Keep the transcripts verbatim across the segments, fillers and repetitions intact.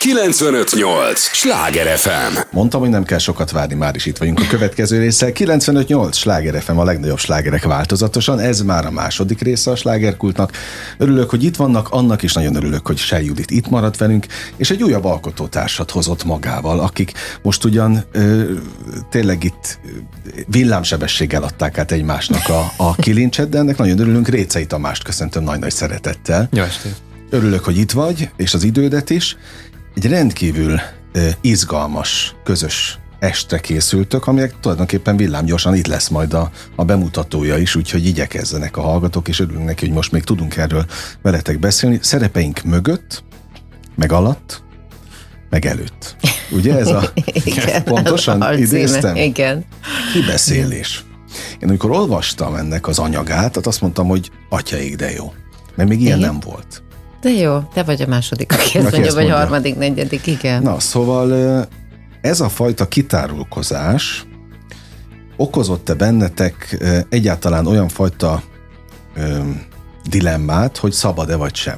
kilencvenöt nyolc Sláger ef em. Mondtam, hogy nem kell sokat várni, már is itt vagyunk a következő résszel. kilencvenöt nyolc Sláger ef em, a legnagyobb slágerek változatosan. Ez már a második része a slágerkultnak. Örülök, hogy itt vannak, annak is nagyon örülök, hogy Sej Judit itt maradt velünk, és egy újabb alkotótársat hozott magával, akik most ugyan ö, tényleg itt villámsebességgel adták át egymásnak a, a kilincset, de ennek nagyon örülünk. Récei Tamást köszöntöm nagy-nagy szeretettel. Jó estét! Örülök, hogy itt vagy, és az idődet is. Egy rendkívül uh, izgalmas, közös este készültök, aminek tulajdonképpen villámgyorsan itt lesz majd a, a bemutatója is, úgyhogy igyekezzenek a hallgatók, és örülünk neki, hogy most még tudunk erről veletek beszélni. Szerepeink mögött, meg alatt, meg előtt. Ugye ez a... Igen, pontosan az idéztem? Igen. Kibeszélés. Én amikor olvastam ennek az anyagát, azt mondtam, hogy atyaik, de jó. Mert még ilyen Igen? nem volt. De jó, te vagy a második, aki ezt mondja, vagy harmadik, negyedik, igen. Na, szóval ez a fajta kitárulkozás okozott-e bennetek egyáltalán olyan fajta ö, dilemmát, hogy szabad-e vagy sem?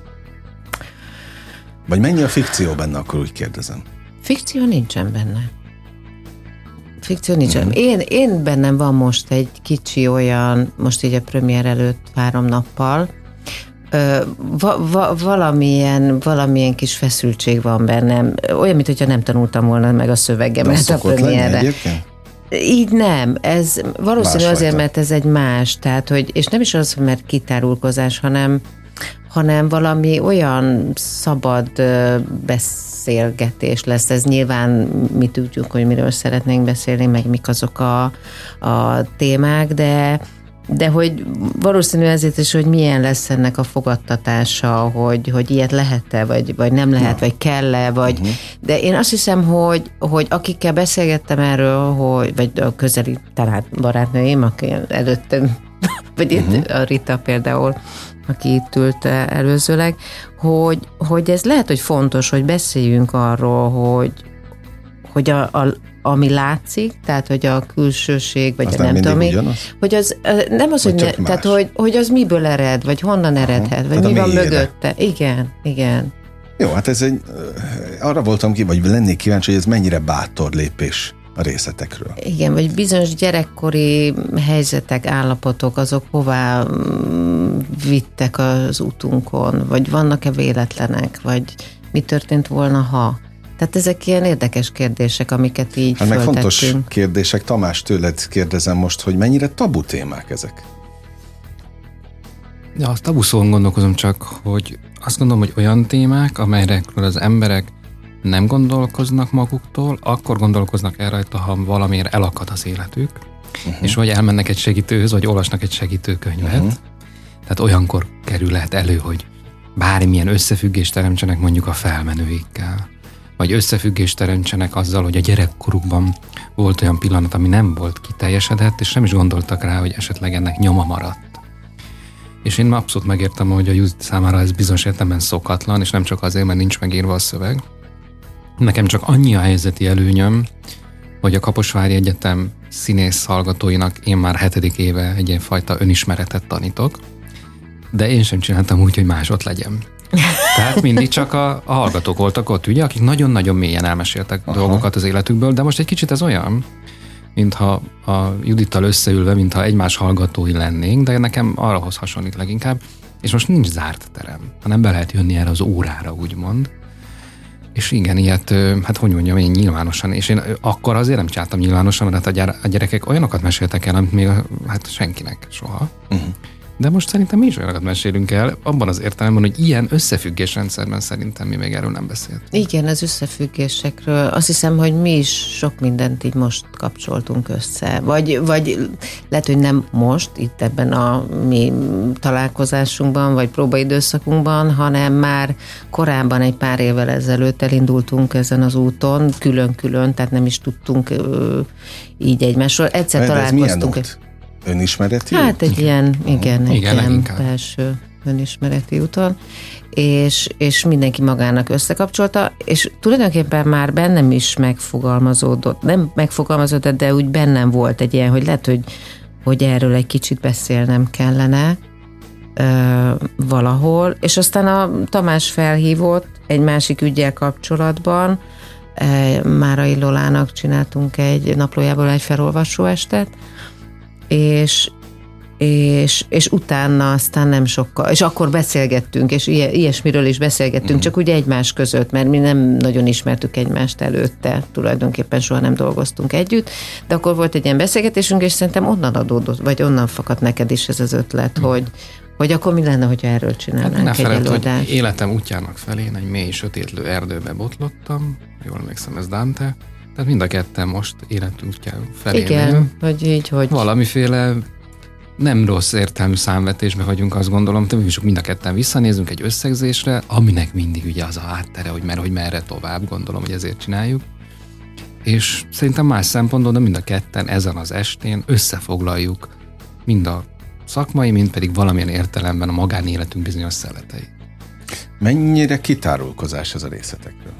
Vagy mennyi a fikció benne, akkor úgy kérdezem. Fikció nincsen benne. Fikció nincsen. Mhm. Én, én bennem van most egy kicsi olyan, most így a premier előtt három nappal, Ö, va, va, valamilyen, valamilyen kis feszültség van bennem. Olyan, mint hogyha nem tanultam volna meg a szövegemet a premierre. Így nem. Ez valószínű Más azért, fajta. mert ez egy más. Tehát, hogy, és nem is az, mert kitárulkozás, hanem, hanem valami olyan szabad ö, beszélgetés lesz. Ez nyilván mi tudjuk, hogy miről szeretnénk beszélni, meg mik azok a, a témák, de de hogy valószínű ezért is, hogy milyen lesz ennek a fogadtatása, hogy, hogy ilyet lehet-e, vagy, vagy nem lehet, ja. vagy kell-e, vagy... Uh-huh. De én azt hiszem, hogy, hogy akikkel beszélgettem erről, hogy, vagy a közeli talán barátnőim, aki előttem, vagy uh-huh. itt a Rita például, aki itt ült előzőleg, hogy, hogy ez lehet, hogy fontos, hogy beszéljünk arról, hogy, hogy a, a ami látszik, tehát hogy a külsőség, vagy az a nem, nem tudom, ugyanaz? hogy az nem az, hogy, ne, tehát, hogy, hogy az miből ered, vagy honnan eredhet, vagy mi van mögötte. Igen, igen. Jó, hát ez egy, arra voltam ki, vagy lennék kíváncsi, hogy ez mennyire bátor lépés a részletekről. Igen, vagy bizonyos gyerekkori helyzetek, állapotok, azok hová vittek az útunkon, vagy vannak-e véletlenek, vagy mi történt volna, ha... Tehát ezek ilyen érdekes kérdések, amiket így hát föltettünk. Meg fontos kérdések. Tamás, tőled kérdezem most, hogy mennyire tabu témák ezek? Ja, azt tabu szóval gondolkozom csak, hogy azt gondolom, hogy olyan témák, amelyekről az emberek nem gondolkoznak maguktól, akkor gondolkoznak el rajta, ha valamiért elakad az életük, uh-huh. és vagy elmennek egy segítőhöz, vagy olvasnak egy segítőkönyvet. Uh-huh. Tehát olyankor kerülhet elő, hogy bármilyen összefüggést teremtsenek mondjuk a felmenőikkel, vagy összefüggést teremtsenek azzal, hogy a gyerekkorukban volt olyan pillanat, ami nem volt kiteljesedett, és nem is gondoltak rá, hogy esetleg ennek nyoma maradt. És én abszolút megértem, hogy a Judit számára ez bizonyos értelemben szokatlan, és nem csak azért, mert nincs megírva a szöveg. Nekem csak annyi a helyzeti előnyöm, hogy a Kaposvári Egyetem színész hallgatóinak én már hetedik éve egy ilyen fajta önismeretet tanítok, de én sem csináltam úgy, hogy más ott legyen. Tehát mindig csak a, a hallgatók voltak ott, ugye, akik nagyon-nagyon mélyen elmeséltek Aha. dolgokat az életükből, de most egy kicsit ez olyan, mintha a Judittal összeülve, mintha egymás hallgatói lennénk, de nekem arrahoz hasonlít leginkább, és most nincs zárt terem, hanem be lehet jönni erre az órára, úgymond. És igen, ilyet, hát hogy mondjam, én nyilvánosan, és én akkor azért nem csináltam nyilvánosan, mert hát a, gyere, a gyerekek olyanokat meséltek el, amit még hát senkinek soha. Uh-huh. De most szerintem mi is olyanokat mesélünk el, abban az értelemben, hogy ilyen összefüggésrendszerben szerintem mi még erről nem beszéltünk. Igen, az összefüggésekről. Azt hiszem, hogy mi is sok mindent így most kapcsoltunk össze. Vagy, vagy lehet, hogy nem most, itt ebben a mi találkozásunkban, vagy próbaidőszakunkban, hanem már korábban egy pár évvel ezelőtt elindultunk ezen az úton, külön-külön, tehát nem is tudtunk ö, így egymásról. Egyszer de találkoztunk. Önismereti Hát egy ilyen, igen, egy igen, ilyen inkább. belső önismereti úton, és, és mindenki magának összekapcsolta, és tulajdonképpen már bennem is megfogalmazódott, nem megfogalmazódott, de úgy bennem volt egy ilyen, hogy lehet, hogy, hogy erről egy kicsit beszélnem kellene, ö, valahol, és aztán a Tamás felhívott egy másik üggyel kapcsolatban, Márai Lolának csináltunk egy naplójából egy felolvasó estet, és És, és utána aztán nem sokkal, és akkor beszélgettünk, és ilyesmiről is beszélgettünk, mm. csak ugye egymás között, mert mi nem nagyon ismertük egymást előtte, tulajdonképpen soha nem dolgoztunk együtt, de akkor volt egy ilyen beszélgetésünk, és szerintem onnan adódott, vagy onnan fakadt neked is ez az ötlet, mm. hogy, hogy akkor mi lenne, hogyha erről csinálnánk hát egy felett, előadást. Hogy életem útjának felén egy mély, sötétlő erdőbe botlottam, jól emlékszem, ez Dante, tehát mind a ketten most életünk útjának felén. Igen, hogy így, hogy... Valamiféle nem rossz értelmű számvetésben vagyunk, azt gondolom, de mi is mind a ketten visszanézünk egy összegzésre, aminek mindig ugye az a háttere, hogy, mer, hogy merre tovább, gondolom, hogy ezért csináljuk. És szerintem más szempontból, de mind a ketten ezen az estén összefoglaljuk mind a szakmai, mind pedig valamilyen értelemben a magánéletünk bizonyos szeletei. Mennyire kitárulkozás ez a részletekről?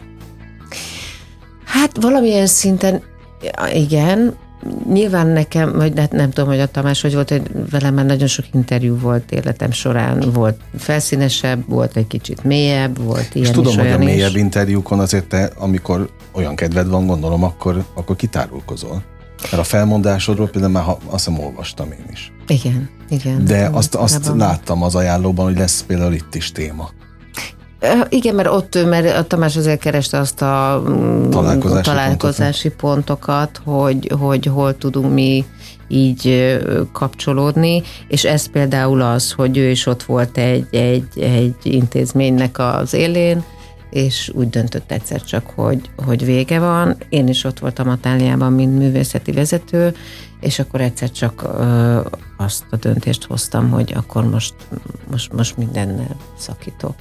Hát valamilyen szinten igen. Nyilván nekem, vagy nem, nem tudom, hogy a Tamás hogy volt, hogy velem már nagyon sok interjú volt életem során, volt felszínesebb, volt egy kicsit mélyebb, volt ilyen. És tudom, is, hogy a mélyebb is. interjúkon azért te, amikor olyan kedved van, gondolom, akkor, akkor kitárulkozol. Mert a felmondásodról például már azt hiszem olvastam én is. Igen, igen. De azt, azt láttam az ajánlóban, hogy lesz például itt is téma. Igen, mert ott, mert a Tamás azért kereste azt a találkozási, találkozási pontokat, hogy, hogy hol tudunk mi így kapcsolódni, és ez például az, hogy ő is ott volt egy, egy, egy intézménynek az élén, és úgy döntött egyszer csak, hogy, hogy vége van. Én is ott voltam a Táliában, mint művészeti vezető, és akkor egyszer csak ö, azt a döntést hoztam, hogy akkor most, most, most mindennel szakítok.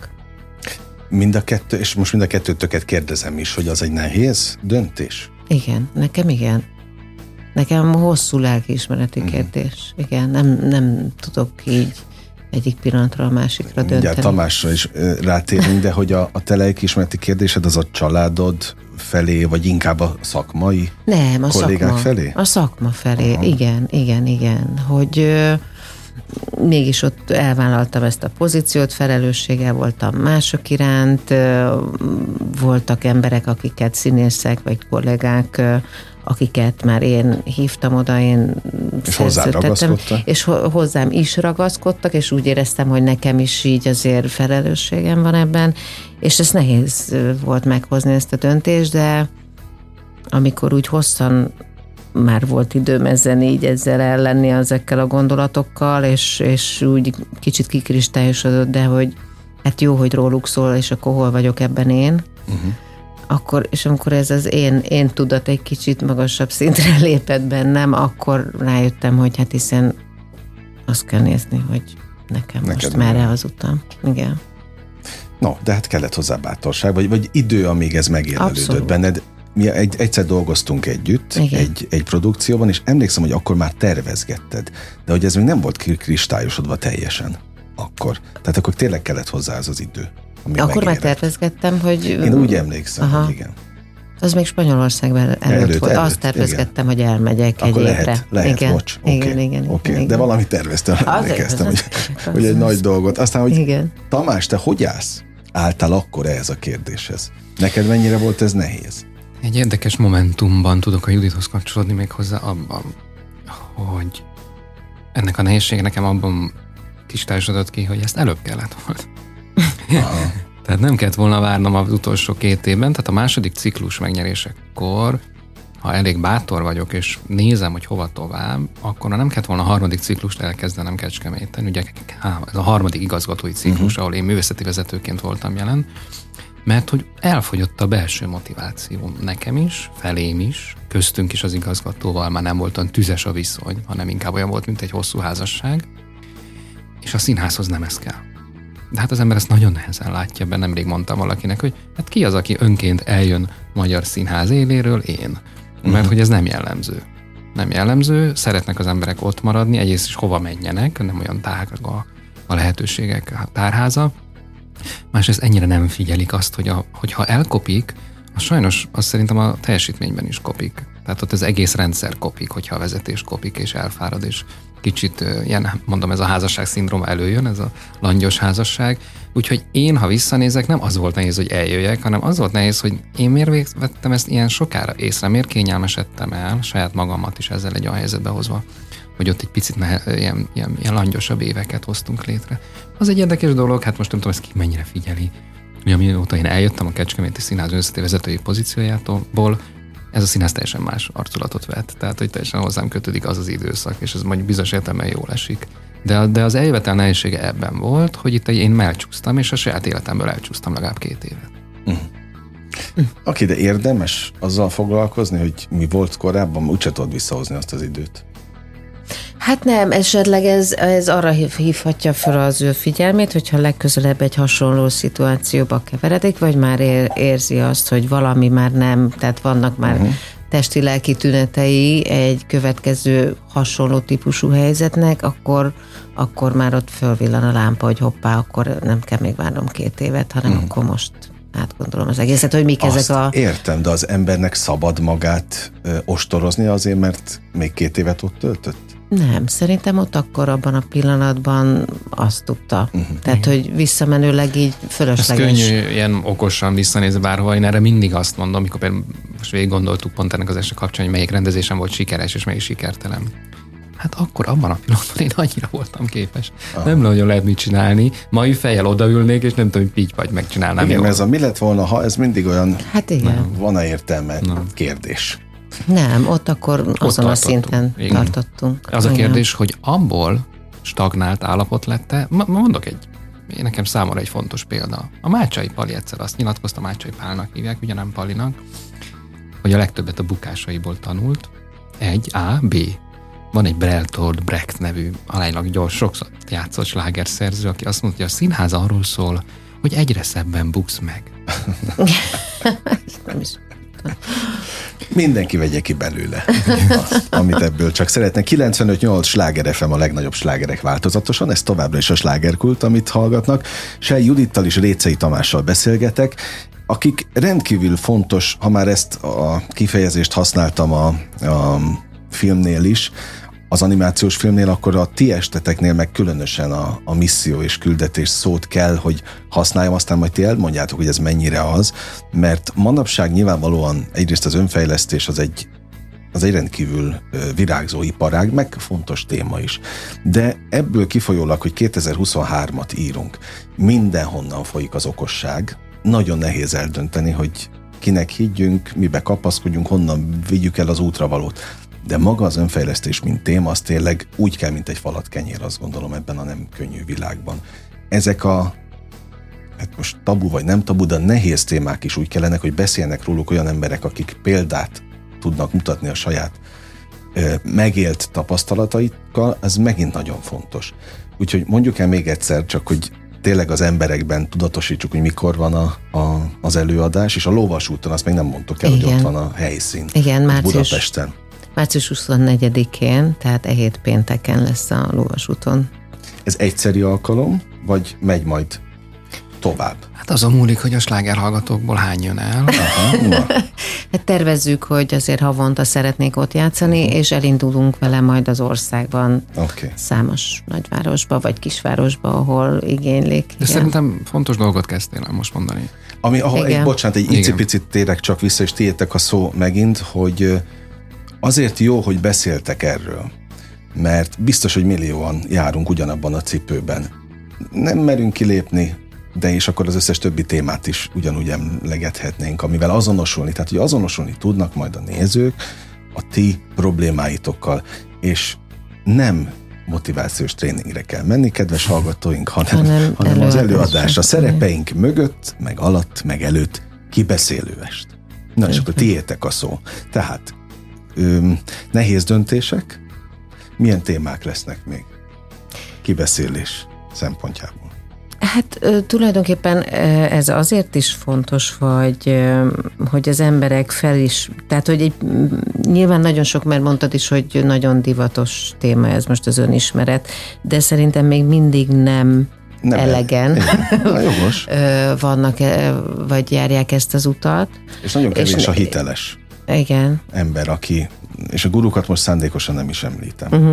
Mind a kettő, és most mind a kettőtöket kérdezem is, hogy az egy nehéz döntés? Igen, nekem igen. Nekem hosszú lelkiismereti uh-huh. kérdés. Igen, nem, nem tudok így egyik pillanatra a másikra dönteni. Ugye Tamásra is rátérünk, de hogy a, a te lelkiismereti kérdésed az a családod felé, vagy inkább a szakmai nem, a kollégák szakma, felé? A szakma felé, uh-huh. igen, igen, igen. Hogy ö, mégis ott elvállaltam ezt a pozíciót, felelősséggel voltam mások iránt, ö, voltak emberek, akiket színészek, vagy kollégák, ö, akiket már én hívtam oda, én és hozzám ragaszkodtak. És hozzám is ragaszkodtak, és úgy éreztem, hogy nekem is így azért felelősségem van ebben, és ez nehéz volt meghozni ezt a döntést, de amikor úgy hosszan már volt időm ezen így ezzel ellenni ezekkel a gondolatokkal, és, és úgy kicsit kikristályosodott, de hogy hát jó, hogy róluk szól, és akkor hol vagyok ebben én. Uh-huh. Akkor, és amikor ez az én, én tudat egy kicsit magasabb szintre lépett bennem, akkor rájöttem, hogy hát hiszen azt kell nézni, hogy nekem Neked most merre az utam. Igen. No, de hát kellett hozzá bátorság, vagy, vagy idő, amíg ez megjelenődött benned. Mi egy, egyszer dolgoztunk együtt egy, egy produkcióban, és emlékszem, hogy akkor már tervezgetted, de hogy ez még nem volt kristályosodva teljesen akkor. Tehát akkor tényleg kellett hozzá az az idő. Akkor megérett. Már tervezgettem, hogy... Én úgy emlékszem, aha. hogy igen. Az még Spanyolországban előtt, előtt volt. Előtt, Azt tervezgettem, igen. hogy elmegyek akkor egy lehet, évre. Lehet, igen. bocs. Okay. Igen, igen, okay. igen. De valamit terveztem, emlékeztem, hogy, hogy egy nagy dolgot. Aztán, hogy igen. Tamás, te hogy állsz? Álltál akkor ehhez a kérdéshez? Neked mennyire volt ez nehéz? Egy érdekes momentumban tudok a Judithoz kapcsolódni még hozzá abban, hogy ennek a nehézsége nekem abban kristályosodott ki, hogy ezt előbb kellett volna. Tehát nem kellett volna várnom az utolsó két évben, tehát a második ciklus megnyerésekor, ha elég bátor vagyok, és nézem, hogy hova tovább, akkor nem kellett volna a harmadik ciklust elkezdenem Kecskeméten. Ugye ez a harmadik igazgatói ciklus, uh-huh. ahol én művészeti vezetőként voltam jelen, mert hogy elfogyott a belső motiváció nekem is, felém is, köztünk is az igazgatóval már nem volt olyan tüzes a viszony, hanem inkább olyan volt, mint egy hosszú házasság, és a színházhoz nem ez kell. De hát az ember ezt nagyon nehezen látja be, nemrég mondtam valakinek, hogy hát ki az, aki önként eljön magyar színház éléről? Én. Mert uh-huh. hogy ez nem jellemző. Nem jellemző, szeretnek az emberek ott maradni, egyrészt is hova menjenek, nem olyan tág a, a lehetőségek a tárháza. Másrészt ennyire nem figyelik azt, hogy a, hogyha elkopik, az sajnos azt szerintem a teljesítményben is kopik. Tehát ott az egész rendszer kopik, hogyha a vezetés kopik és elfárad, és kicsit ilyen, mondom, ez a házasság szindróma előjön, ez a langyos házasság. Úgyhogy én, ha visszanézek, nem az volt nehéz, hogy eljöjjek, hanem az volt nehéz, hogy én miért vettem ezt ilyen sokára észre, miért kényelmesedtem el saját magamat is ezzel egy olyan helyzetbe hozva, hogy ott egy picit nehe, ilyen, ilyen, ilyen langyosabb éveket hoztunk létre. Az egy érdekes dolog, hát most nem tudom, ezt ki mennyire figyeli. Ugye mióta én eljöttem a Kecskeméti Színház önszeti vezetői pozíciójától, ez a színház teljesen más arculatot vett. Tehát, hogy teljesen hozzám kötődik az az időszak, és ez mondjuk bizonyos értelemben jól esik. De, de az eljövetel nehézsége ebben volt, hogy itt én elcsúsztam, és a saját életemből elcsúsztam legalább két évet. Uh-huh. Aki de érdemes azzal foglalkozni, hogy mi volt korábban, úgyse tudod visszahozni azt az időt. Hát nem, esetleg ez, ez arra hívhatja fel az ő figyelmét, hogyha legközelebb egy hasonló szituációba keveredik, vagy már ér, érzi azt, hogy valami már nem, tehát vannak már uh-huh. testi-lelki tünetei egy következő hasonló típusú helyzetnek, akkor, akkor már ott fölvillan a lámpa, hogy hoppá, akkor nem kell még várnom két évet, hanem uh-huh. akkor most átgondolom az egészet, hogy mik azt ezek a... értem, de az embernek szabad magát ö, ostorozni azért, mert még két évet ott töltött? Nem, szerintem ott akkor abban a pillanatban azt tudta. Uh-huh. Tehát, hogy visszamenőleg így fölösleges. Ez könnyű ilyen okosan visszanézni bárhova. Én erre mindig azt mondom, amikor például most végig gondoltuk pont ennek az este kapcsán, hogy melyik rendezésem volt sikeres és melyik sikertelen. Hát akkor abban a pillanatban én annyira voltam képes. Aha. Nem nagyon lehet mit csinálni. Mai fejjel odaülnék, és nem tudom, hogy pitty vagy megcsinálnám. Igen, ez a mi lett volna, ha ez mindig olyan hát igen. van-e értelme nem. kérdés. Nem, ott akkor ott azon a szinten igen. tartottunk. Az a kérdés, hogy abból stagnált állapot lett-e, mondok egy, én nekem számomra egy fontos példa. A Mácsai Pali egyszer azt nyilatkozta, Mácsai Pálnak hívják, ugye nem Palinak, hogy a legtöbbet a bukásaiból tanult. Egy, A, B. Van egy Bertolt Brecht nevű, aránylag gyors, sokszor játszott slágerszerző, aki azt mondta, hogy a színház arról szól, hogy egyre szebben buksz meg. Nem is. Mindenki vegye ki belőle azt, amit ebből csak szeretne. kilencvenöt nyolc Sláger ef em a legnagyobb slágerek változatosan, ez továbbra is a slágerkult, amit hallgatnak. Sej Judittal és Récei Tamással beszélgetek, akik rendkívül fontos, ha már ezt a kifejezést használtam a, a filmnél is, az animációs filmnél, akkor a ti esteteknél meg különösen a, a misszió és küldetés szót kell, hogy használjam, aztán majd ti elmondjátok, hogy ez mennyire az, mert manapság nyilvánvalóan egyrészt az önfejlesztés az egy, az egy rendkívül virágzó iparág, meg fontos téma is. De ebből kifolyólag, hogy kétezer-huszonhármat írunk, mindenhonnan folyik az okosság, nagyon nehéz eldönteni, hogy kinek higgyünk, mibe kapaszkodjunk, honnan vigyük el az útravalót. De maga az önfejlesztés, mint téma, az tényleg úgy kell, mint egy falat kenyér, azt gondolom, ebben a nem könnyű világban. Ezek a, hát most tabu vagy nem tabu, de nehéz témák is úgy kellenek, hogy beszélnek róluk olyan emberek, akik példát tudnak mutatni a saját ö, megélt tapasztalataikkal, ez megint nagyon fontos. Úgyhogy mondjuk el még egyszer, csak hogy tényleg az emberekben tudatosítsuk, hogy mikor van a, a, az előadás, és a Lóvasúton azt még nem mondtuk el, igen. hogy ott van a helyszín. Igen, március, Budapesten. március huszonnegyedikén, tehát e hét pénteken lesz a Lóvasúton. Ez egyszeri alkalom, vagy megy majd tovább? Hát azon múlik, hogy a slágerhallgatókból hány jön el. Aha, hát tervezzük, hogy azért havonta szeretnék ott játszani, uh-huh. és elindulunk vele majd az országban okay. számos nagyvárosba, vagy kisvárosba, ahol igénylik. De igen. Szerintem fontos dolgot kezdtél el most mondani. Ami, ahol, egy, bocsánat, egy icipicit térek csak vissza, és tiétek a szó megint, hogy azért jó, hogy beszéltek erről, mert biztos, hogy millióan járunk ugyanabban a cipőben. Nem merünk kilépni, de és akkor az összes többi témát is ugyanúgy emlegethetnénk, amivel azonosulni, tehát hogy azonosulni tudnak majd a nézők a ti problémáitokkal, és nem motivációs tréningre kell menni, kedves hallgatóink, hanem, hanem, hanem az előadás a szerepeink mögött, meg alatt, meg előtt kibeszélő est. Na, és akkor tiétek a szó. Tehát ö, nehéz döntések, milyen témák lesznek még kibeszélés szempontjából? Hát tulajdonképpen ez azért is fontos, hogy, hogy az emberek fel is, tehát hogy egy, nyilván nagyon sok, mert mondtad is, hogy nagyon divatos téma ez most az önismeret, de szerintem még mindig nem, nem elegen jogos. vannak, vagy járják ezt az utat. És nagyon kevés és a hiteles. Igen. ember, aki, és a gurukat most szándékosan nem is említem. Uh-huh.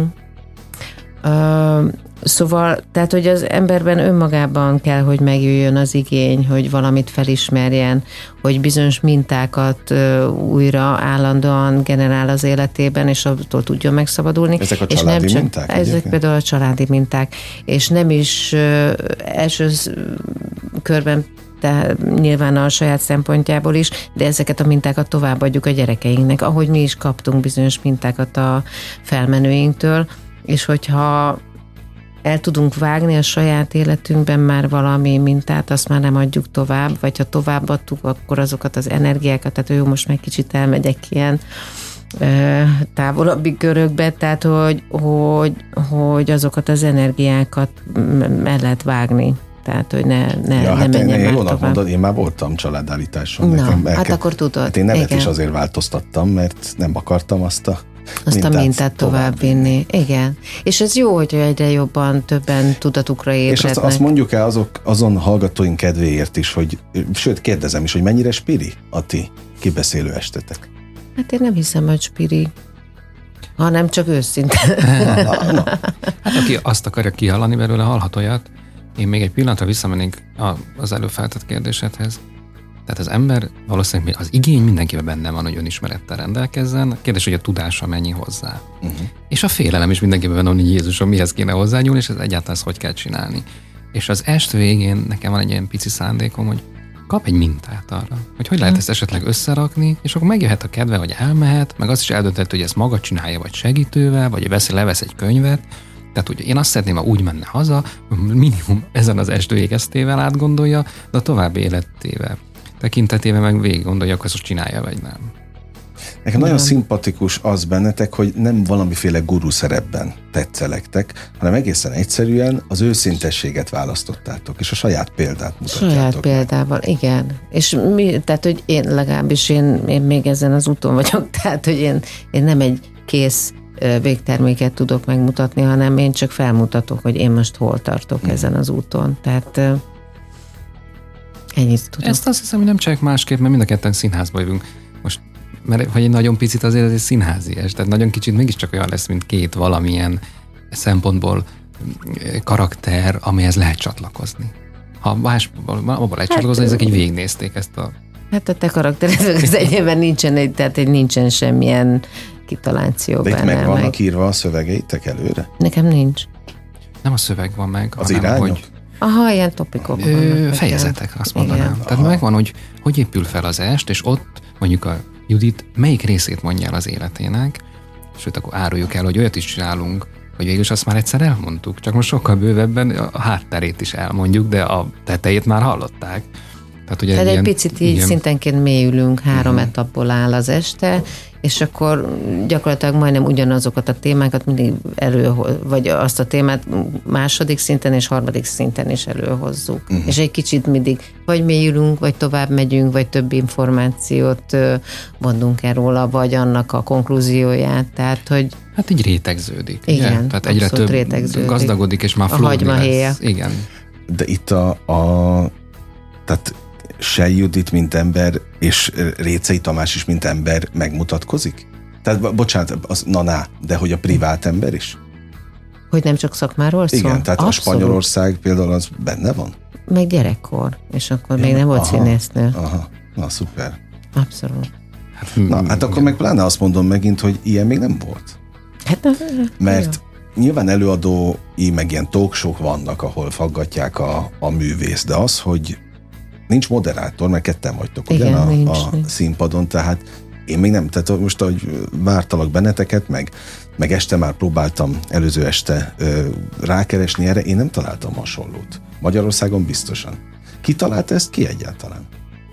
Uh, szóval, tehát, hogy az emberben önmagában kell, hogy megjöjjön az igény, hogy valamit felismerjen, hogy bizonyos mintákat uh, újra állandóan generál az életében, és attól tudjon megszabadulni. Ezek a és családi nem csak, minták? Ezek egyébként? Például a családi minták. És nem is uh, első körben tehát nyilván a saját szempontjából is, de ezeket a mintákat továbbadjuk a gyerekeinknek, ahogy mi is kaptunk bizonyos mintákat a felmenőinktől, és hogyha el tudunk vágni a saját életünkben már valami mintát, azt már nem adjuk tovább, vagy ha továbbadtuk, akkor azokat az energiákat, tehát jó, most meg kicsit elmegyek ilyen ö, távolabbi körökbe, tehát hogy, hogy, hogy azokat az energiákat el lehet vágni. Tehát, hogy ne, ne, ja, ne hát menjen én, már jónak tovább. mondod, én már voltam családállításon. Na, nekem hát kell, akkor tudod. Hát én nevet igen. is azért változtattam, mert nem akartam azt a Azt mintát a mintát tovább vinni. Igen. És ez jó, hogy egyre jobban többen tudatukra ébrednek. És azt, azt mondjuk el azok, azon hallgatóink kedvéért is, hogy, sőt kérdezem is, hogy mennyire spiri a ti kibeszélő estetek? Hát én nem hiszem, hogy spiri, hanem csak őszinte. Na, na. Hát aki azt akarja kihallani belőle, hallhat olyat. Én még egy pillanatra visszamennénk az előbb feltett kérdésedhez. Tehát az ember valószínűleg az igény mindenkiben benne van, hogy önismerettel rendelkezzen. Kérdés, hogy a tudása mennyi hozzá. Uh-huh. És a félelem is mindenkiben benne van, hogy Jézusom, mihez kéne hozzányúlni, és ez egyáltalán ezt hogy kell csinálni. És az est végén nekem van egy ilyen pici szándékom, hogy kap egy mintát arra, hogy hogy lehet ezt esetleg összerakni, és akkor megjöhet a kedve, hogy elmehet, meg azt is eldönthet, hogy ezt maga csinálja, vagy segítővel, vagy veszi, levesz egy könyvet. Tehát ugye én azt szeretném, ha úgy menne haza, minimum ezen az est végeztével átgondolja, de a további életével tekintetében meg végig gondolja, hogy ezt csinálja, vagy nem. Nekem nagyon szimpatikus az bennetek, hogy nem valamiféle guru szerepben tetszelektek, hanem egészen egyszerűen az őszintességet választottátok, és a saját példát mutatjátok. Saját példával, igen. És mi, tehát, hogy én legalábbis én, én még ezen az úton vagyok, tehát, hogy én, én nem egy kész végterméket tudok megmutatni, hanem én csak felmutatok, hogy én most hol tartok hmm. ezen az úton. Tehát ennyit tudok. Ezt azt hiszem, hogy nem csak másképp, mert mind a ketten színházba jövünk. Most, mert hogy egy nagyon picit azért ez egy színházi est, tehát nagyon kicsit mégiscsak olyan lesz, mint két valamilyen szempontból karakter, amihez lehet csatlakozni. Ha más, abban lehet csatlakozni, hát, ezek így végignézték ezt a... Hát a te karaktered az enyében nincsen, egy, tehát egy nincsen semmilyen kitaláció de benne. De itt meg vannak meg... írva a szövegeitek előre? Nekem nincs. Nem a szöveg van meg, az hanem, irányok? hogy... Aha, ilyen topikok vannak. Fejezetek, azt mondanám. Igen. Tehát aha. megvan, hogy hogy épül fel az est, és ott mondjuk a Judit melyik részét mondja el az életének, sőt, akkor áruljuk el, hogy olyat is csinálunk, hogy végül is azt már egyszer elmondtuk, csak most sokkal bővebben a hátterét is elmondjuk, de a tetejét már hallották. Tehát, ugye Tehát egy ilyen, picit így igen. szintenként mélyülünk, három uh-huh. etapból áll az este, és akkor gyakorlatilag majdnem ugyanazokat a témákat mindig elő, vagy azt a témát második szinten és harmadik szinten is előhozzuk. Uh-huh. És egy kicsit mindig vagy mélyülünk, vagy tovább megyünk, vagy több információt mondunk el róla, vagy annak a konklúzióját, tehát hogy... Hát így rétegződik. Igen, ugye? Tehát egyre több rétegződik. Gazdagodik, és már flódni lesz. Igen. De itt a, a tehát se Judit, mint ember, és Récei Tamás is, mint ember megmutatkozik? Tehát, bocsánat, az na-na, de hogy a privát ember is? Hogy nem csak szakmáról szól? Igen, tehát abszolút. A Spanyolország például az benne van? Meg gyerekkor, és akkor ja, még nem volt aha, színésznő. Aha, na szuper. Abszolút. Hát, na, hát akkor meg pláne azt mondom megint, hogy ilyen még nem volt. Hát, mert jó. Nyilván előadói, meg ilyen talkshow vannak, ahol faggatják a, a művész, de az, hogy nincs moderátor, mert ketten vagytok igen, ugyan a, nincs, a nincs. színpadon, tehát én még nem, tehát most, ahogy vártalak benneteket, meg, meg este már próbáltam előző este ö, rákeresni erre, én nem találtam hasonlót. Magyarországon biztosan. Ki talált ezt? Ki egyáltalán?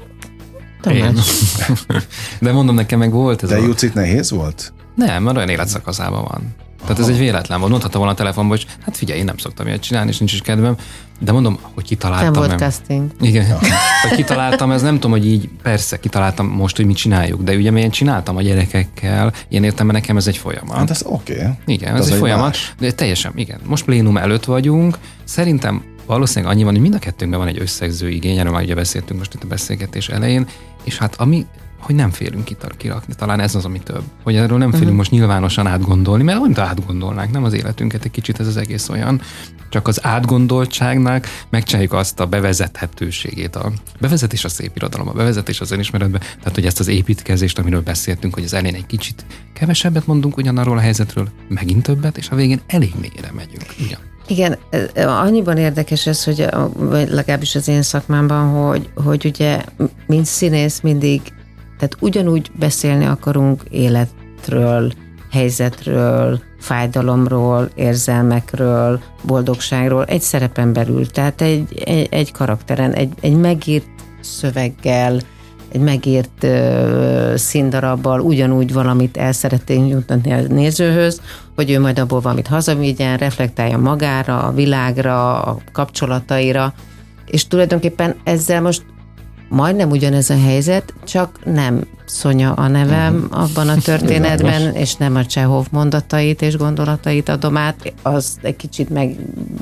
Tamás. De mondom, nekem meg volt ez De a... Jucit nehéz volt? Nem, mert olyan életszakaszában van. Tehát aha. ez egy véletlen volt. Mondhatta volna a telefonban, hogy hát figyelj, én nem szoktam ilyet csinálni, és nincs is kedvem, de mondom, hogy kitaláltam. Nem volt nem. casting. Igen. Hogy kitaláltam, ez nem tudom, hogy így, persze kitaláltam most, hogy mit csináljuk, de ugye én csináltam a gyerekekkel, ilyen értelemben nekem ez egy folyamat. Hát ez oké. Okay. Igen, ez egy folyamat, más. De teljesen, igen. Most plénum előtt vagyunk, szerintem valószínűleg annyi van, hogy mind a kettőnkben van egy összegző igény, erről már ugye beszéltünk most itt a beszélgetés elején, és hát ami hogy nem félünk kitar- kirakni. Talán ez az, ami több. Hogy erről nem félünk uh-huh. most nyilvánosan átgondolni, mert olyan átgondolnánk, nem az életünket, egy kicsit ez az egész olyan. Csak az átgondoltságnak megcsináljuk azt a bevezethetőségét. A bevezetés a szép irodalom, a bevezetés az önismeretbe, tehát hogy ezt az építkezést, amiről beszéltünk, hogy az elején egy kicsit kevesebbet mondunk ugyanarról a helyzetről, megint többet, és a végén elég mélyre megyünk. Ugyan. Igen, annyiban érdekes ez, hogy vagy legalábbis az én szakmámban, hogy, hogy ugye mint színész mindig, tehát ugyanúgy beszélni akarunk életről, helyzetről, fájdalomról, érzelmekről, boldogságról, egy szerepen belül, tehát egy, egy, egy karakteren, egy, egy megírt szöveggel, egy megírt uh, színdarabbal ugyanúgy valamit el szeretnénk juttatni a nézőhöz, hogy ő majd abból valamit hazavigyen, reflektálja magára, a világra, a kapcsolataira, és tulajdonképpen ezzel most majdnem ugyanez a helyzet, csak nem Szonya a nevem uh-huh. abban a történetben, és nem a Csehov mondatait és gondolatait adom át, az egy kicsit meg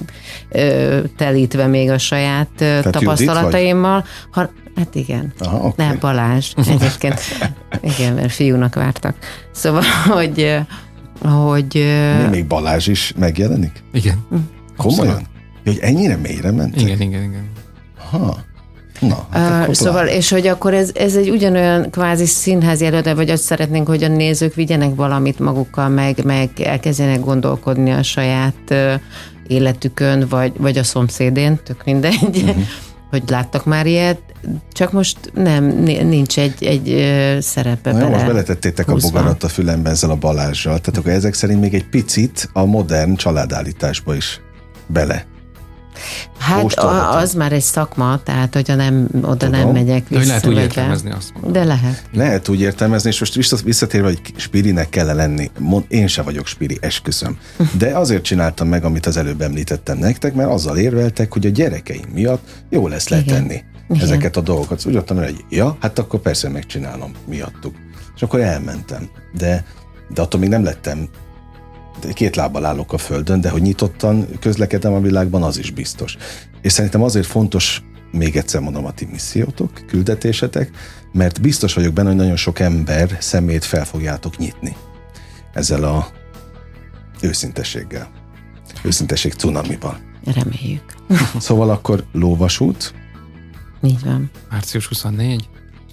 ö, telítve még a saját Tehát tapasztalataimmal. Ha, hát igen. Aha, okay. Nem, Balázs egyébként. Igen, mert fiúnak vártak. Szóval, hogy hogy Mi, még Balázs is megjelenik? Igen. Komolyan? Hogy ennyire mélyre mentek? Igen, igen, igen. Ha. Na, hát uh, szóval, és hogy akkor ez, ez egy ugyanolyan kvázi színházi előadás, vagy azt szeretnénk, hogy a nézők vigyenek valamit magukkal, meg, meg elkezdjenek gondolkodni a saját uh, életükön, vagy, vagy a szomszédén, tök mindegy, uh-huh. hogy láttak már ilyet, csak most nem, nincs egy, egy uh, szerepe bele. Most beletettétek húzva. A bogarat a fülembe ezzel a Balázsral, tehát akkor ezek szerint még egy picit a modern családállításba is bele. Hát az már egy szakma, tehát hogyha nem, oda Tudom. nem megyek vissza. De lehet úgy értelmezni azt mondom. De lehet. Lehet úgy értelmezni, és most visszatérve, hogy Spirinek kell lenni. Én se vagyok Spiri, esküszöm. De azért csináltam meg, amit az előbb említettem nektek, mert azzal érveltek, hogy a gyerekeim miatt jó lesz letenni Igen. ezeket a dolgokat. Úgy adtam el, hogy ja, hát akkor persze megcsinálom miattuk. És akkor elmentem. De, de attól még nem lettem két lábbal állok a földön, de hogy nyitottan közlekedem a világban, az is biztos. És szerintem azért fontos, még egyszer mondom, a ti missziótok, küldetésetek, mert biztos vagyok benne, hogy nagyon sok ember szemét fel fogjátok nyitni ezzel a őszintességgel. Őszintesség cunamival. Reméljük. Szóval akkor Lóvasút. Így van. március huszonnégy.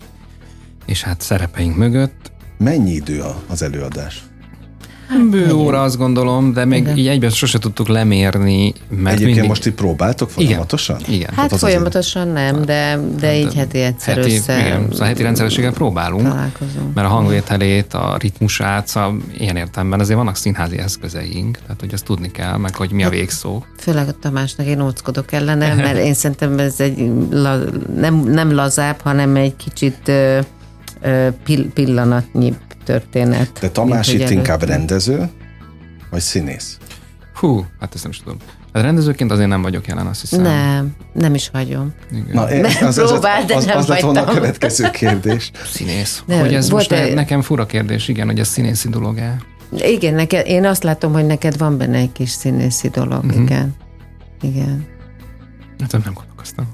És hát szerepeink mögött. Mennyi idő az előadás? Hát, Bő óra, azt gondolom, de még igen. így egyben sose tudtuk lemérni. Mert Egyébként mindig... most így próbáltok folyamatosan? Igen. igen. Hát folyamatosan azért... nem, de, de hát, így heti egyszer heti, össze... Igen, szóval heti rendszerességgel próbálunk. Találkozunk. Mert a hangvételét, a ritmusát, szóval ilyen értelemben azért vannak színházi eszközeink, tehát hogy azt tudni kell, meg hogy mi a végszó. Főleg a Tamásnak én óckodok ellene, mert én szerintem ez egy la, nem, nem lazább, hanem egy kicsit ö, ö, pill, pillanatnyibb történet. De Tamás itt inkább rendező, vagy színész? Hú, hát ezt nem is tudom. Hát rendezőként azért nem vagyok jelen, azt hiszem. Nem, nem is hagyom. Igen. Na, az, az, az, Próbál, az, az, az lett volna a következő kérdés. Színész. De hogy ez most egy... nekem fura kérdés, igen, hogy ez színészi dolog-e? Igen, neked, én azt látom, hogy neked van benne egy kis színészi dolog, uh-huh. igen. Igen. Hát nem gondolkoztam.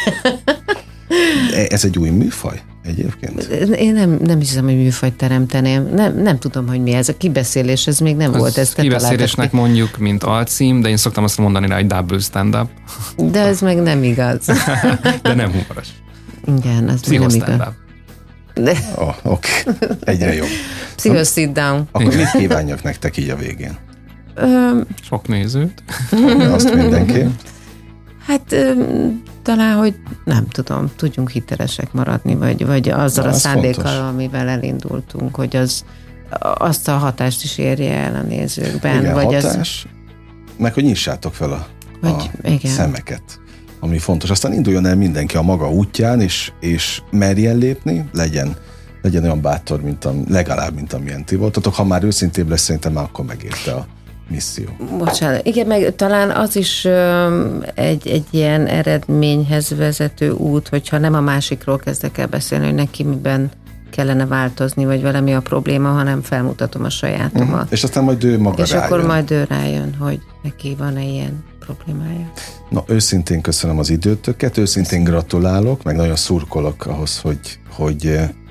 Ez egy új műfaj egyébként? Én nem, nem hiszem, hogy műfajt teremteném. Nem, nem tudom, hogy mi ez. A kibeszélés, ez még nem az volt. Ezt kibeszélésnek mondjuk, mint alcím, de én szoktam azt mondani rá, hogy double stand-up. De ez meg nem igaz. De nem humoros. Igen, ez még nem igaz. De... Oh, oké, okay. Egyre jobb. Pszicho sit down. Akkor mit kívánjak nektek így a végén? Öm... Sok nézőt. Azt mindenki. Hát öm, talán, hogy nem tudom, tudjunk hitelesek maradni, vagy, vagy azzal Na, a szándékkal, fontos. Amivel elindultunk, hogy az azt a hatást is érje el a nézőkben. Igen, vagy hatás, az... meg hogy nyissátok fel a, hogy, a igen. szemeket, ami fontos. Aztán induljon el mindenki a maga útján, és, és merjen lépni, legyen, legyen olyan bátor, mint a, legalább, mint amilyen ti voltatok. Ha már őszintébb lesz, szerintem már akkor megérte a misszió. Bocsánat, igen, meg talán az is um, egy, egy ilyen eredményhez vezető út, hogyha nem a másikról kezdek el beszélni, hogy neki miben kellene változni, vagy vele mi a probléma, hanem felmutatom a sajátomat. Uh-huh. És aztán majd ő maga És rájön. akkor majd ő rájön, hogy neki van-e ilyen problémája. Na, őszintén köszönöm az időtöket, őszintén gratulálok, meg nagyon szurkolok ahhoz, hogy, hogy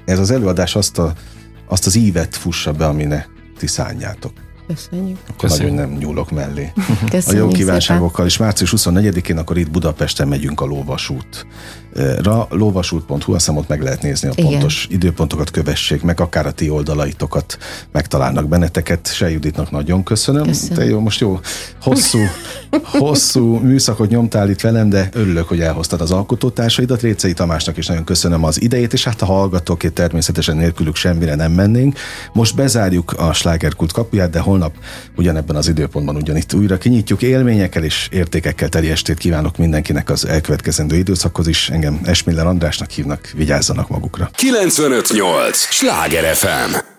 ez az előadás azt, a, azt az ívet fussa be, amire ti szánjátok. Köszönjük. Akkor nagyon nem nyúlok mellé. Köszönjük a jó kívánságokkal, szépen. és március huszonnegyedikén akkor itt Budapesten megyünk a Lóvasútra. lóvasút pont hu, azt hiszem ott meg lehet nézni a Igen. pontos időpontokat, kövessék meg, akár a ti oldalaitokat megtalálnak benneteket. Se Juditnak nagyon köszönöm. Köszönöm. Te jó, most jó, hosszú, hosszú műszakot nyomtál itt velem, de örülök, hogy elhoztad az alkotótársaidat. Récei Tamásnak is nagyon köszönöm az idejét, és hát a hallgatókét természetesen nélkülük semmire nem mennénk. Most bezárjuk a Slágerkult kapuját, de holnap ugyanebben az időpontban ugyanitt újra kinyitjuk. Élményekkel és értékekkel teli estét kívánok mindenkinek az elkövetkezendő időszakhoz is. Engem Esmiller Andrásnak hívnak, vigyázzanak magukra. kilencvenöt nyolc Sláger ef em